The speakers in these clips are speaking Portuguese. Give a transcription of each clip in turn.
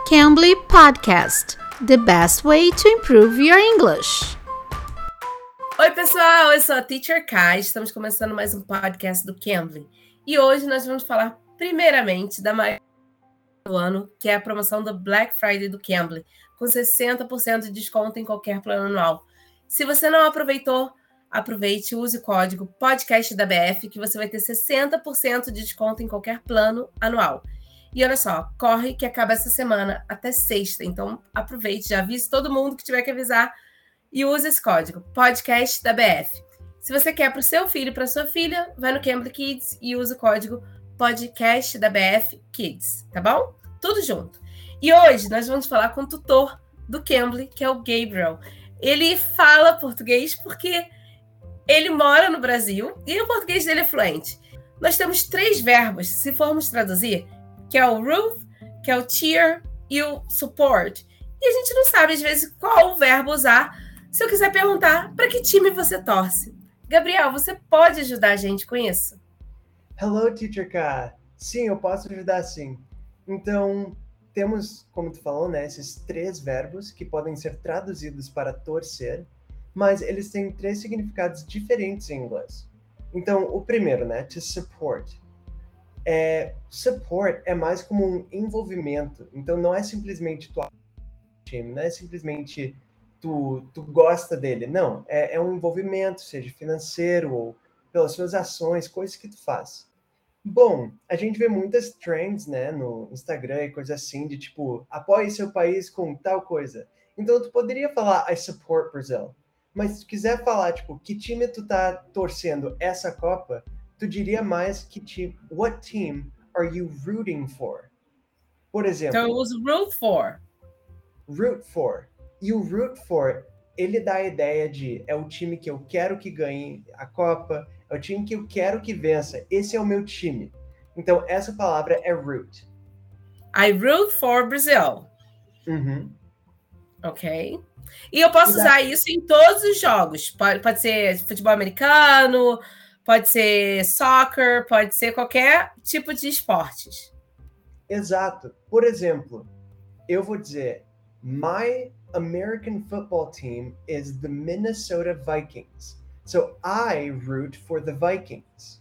Cambly Podcast, the best way to improve your English. Oi pessoal, eu sou a Teacher Kai, estamos começando mais um podcast do Cambly. E hoje nós vamos falar primeiramente da maior do ano, que é a promoção do Black Friday do Cambly, com 60% de desconto em qualquer plano anual. Se você não aproveitou, aproveite e use o código PODCASTDABF que você vai ter 60% de desconto em qualquer plano anual. E olha só, corre que acaba essa semana até sexta, então aproveite, já avise todo mundo que tiver que avisar e use esse código PODCASTDABF. Se você quer para o seu filho e para sua filha, vai no Cambly Kids e use o código PODCASTDABF Kids, tá bom? Tudo junto. E hoje nós vamos falar com o tutor do Cambly, que é o Gabriel. Ele fala português porque ele mora no Brasil e o português dele é fluente. Nós temos 3 verbos, se formos traduzir, que é o root, que é o cheer e o support. E a gente não sabe, às vezes, qual verbo usar. Se eu quiser perguntar, para que time você torce? Gabriel, você pode ajudar a gente com isso? Hello, Teacher K. Sim, eu posso ajudar sim. Então, temos, como tu falou, né, esses 3 verbos que podem ser traduzidos para torcer, mas eles têm 3 significados diferentes em inglês. Então, o primeiro, né, to support. Support é mais como um envolvimento. Então, não é simplesmente tu time, não é simplesmente tu gosta dele. Não, é um envolvimento, seja financeiro ou pelas suas ações, coisas que tu faz. Bom, a gente vê muitas trends, né, no Instagram e coisa assim, de tipo, apoie seu país com tal coisa. Então, tu poderia falar, I support Brazil. Mas se tu quiser falar, tipo, que time tu tá torcendo essa Copa, tu diria mais que time, what team are you rooting for? Por exemplo... Então eu uso root for. Root for. E o root for, ele dá a ideia de, é o time que eu quero que ganhe a Copa, é o time que eu quero que vença, esse é o meu time. Então, essa palavra é root. I root for Brazil. Uhum. Ok. E eu posso usar isso em todos os jogos. Pode ser futebol americano, pode ser soccer, pode ser qualquer tipo de esportes. Exato. Por exemplo, eu vou dizer, my American football team is the Minnesota Vikings. So I root for the Vikings.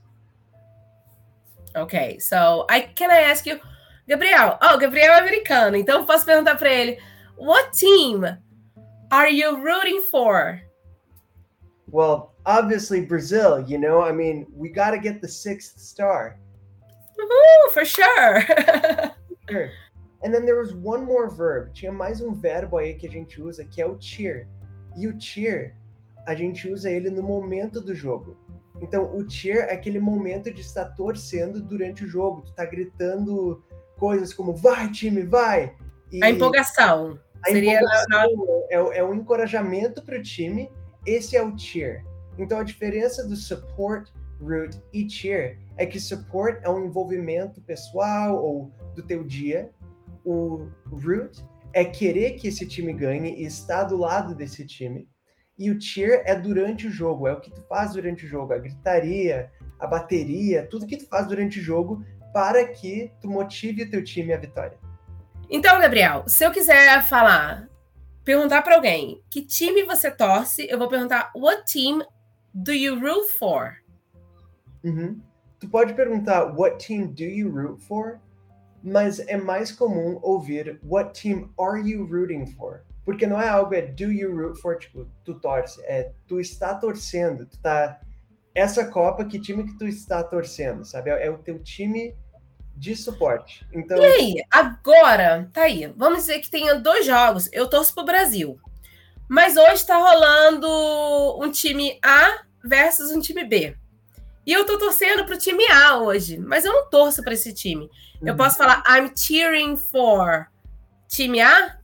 Ok, so can I ask you, Gabriel? Oh, Gabriel é americano, então eu posso perguntar para ele, what team are you rooting for? Well, obviously Brazil, you know? I mean, we got to get the 6th star. For sure. Sure. And then there was one more verb. Tinha mais um verbo aí que a gente usa, que é o cheer. E o cheer, a gente usa ele no momento do jogo. Então, o cheer é aquele momento de estar torcendo durante o jogo. Tu tá gritando coisas como, vai time, vai! E a empolgação. É um encorajamento para o time. Esse é o cheer. Então, a diferença do support, root e cheer é que support é um envolvimento pessoal ou do teu dia. O root é querer que esse time ganhe e estar do lado desse time. E o cheer é durante o jogo, é o que tu faz durante o jogo, a gritaria, a bateria, tudo que tu faz durante o jogo para que tu motive o teu time à vitória. Então, Gabriel, se eu quiser perguntar para alguém que time você torce, eu vou perguntar, what team do you root for? Uhum. Tu pode perguntar, what team do you root for? Mas é mais comum ouvir, what team are you rooting for? Porque não é algo, do you root for, tipo, tu torce. É, tu está torcendo, tu tá... Essa Copa, que time que tu está torcendo, sabe? É o teu time de suporte. Então... E aí, agora, tá aí, vamos dizer que tenha 2 jogos, eu torço pro Brasil. Mas hoje tá rolando um time A versus um time B. E eu tô torcendo pro time A hoje, mas eu não torço para esse time. Eu posso falar, I'm cheering for time A?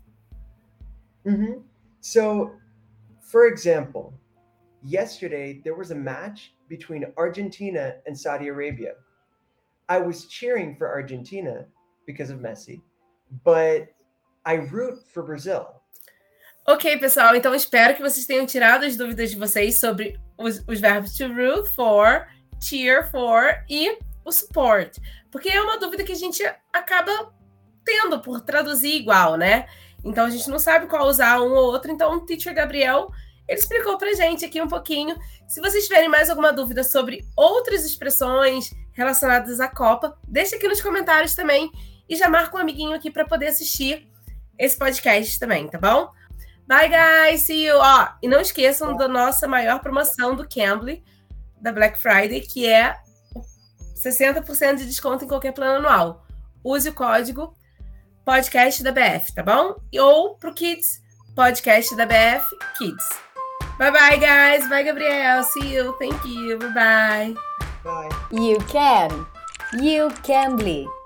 So, for example, yesterday there was a match between Argentina and Saudi Arabia. I was cheering for Argentina because of Messi, but I root for Brazil. Ok, pessoal, então espero que vocês tenham tirado as dúvidas de vocês sobre os verbos to root for, cheer for e o support. Porque é uma dúvida que a gente acaba tendo por traduzir igual, né? Então a gente não sabe qual usar um ou outro, então o Teacher Gabriel, ele explicou pra gente aqui um pouquinho. Se vocês tiverem mais alguma dúvida sobre outras expressões relacionadas à Copa, deixa aqui nos comentários também e já marca um amiguinho aqui para poder assistir esse podcast também, tá bom? Bye, guys! See you! Ó, e não esqueçam da nossa maior promoção do Cambly, da Black Friday, que é 60% de desconto em qualquer plano anual. Use o código podcast da BF, tá bom? Ou pro Kids, podcast da BF Kids. Bye bye, guys. Bye, Gabriel. See you. Thank you. Bye bye. Bye. You can. You Cambly.